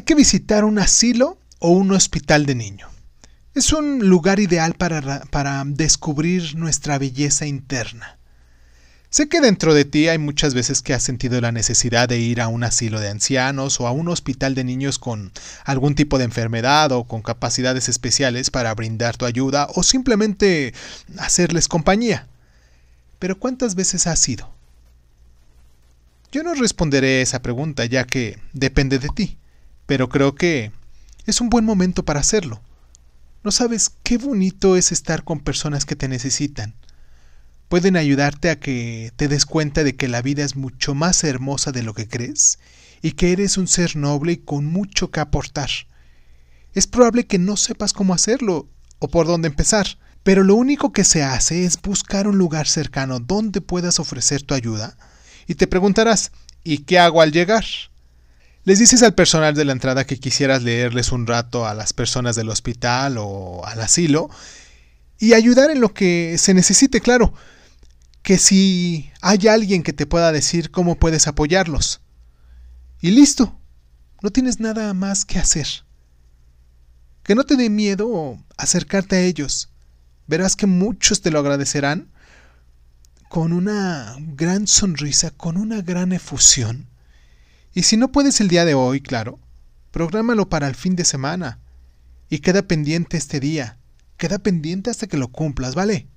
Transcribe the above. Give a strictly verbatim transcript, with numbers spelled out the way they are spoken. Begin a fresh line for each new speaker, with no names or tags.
que visitar un asilo o un hospital de niño. Es un lugar ideal para, para descubrir nuestra belleza interna. Sé que dentro de ti hay muchas veces que has sentido la necesidad de ir a un asilo de ancianos o a un hospital de niños con algún tipo de enfermedad o con capacidades especiales para brindar tu ayuda o simplemente hacerles compañía. Pero ¿cuántas veces has ido? Yo no responderé esa pregunta ya que depende de ti, pero creo que es un buen momento para hacerlo. ¿No sabes qué bonito es estar con personas que te necesitan? Pueden ayudarte a que te des cuenta de que la vida es mucho más hermosa de lo que crees y que eres un ser noble y con mucho que aportar. Es probable que no sepas cómo hacerlo o por dónde empezar, pero lo único que se hace es buscar un lugar cercano donde puedas ofrecer tu ayuda y te preguntarás, ¿y qué hago al llegar? Les dices al personal de la entrada que quisieras leerles un rato a las personas del hospital o al asilo y ayudar en lo que se necesite, claro. Que si hay alguien que te pueda decir cómo puedes apoyarlos. Y listo, no tienes nada más que hacer. Que no te dé miedo acercarte a ellos. Verás que muchos te lo agradecerán con una gran sonrisa, con una gran efusión. Y si no puedes el día de hoy, claro, prográmalo para el fin de semana. Y queda pendiente este día. Queda pendiente hasta que lo cumplas, ¿vale?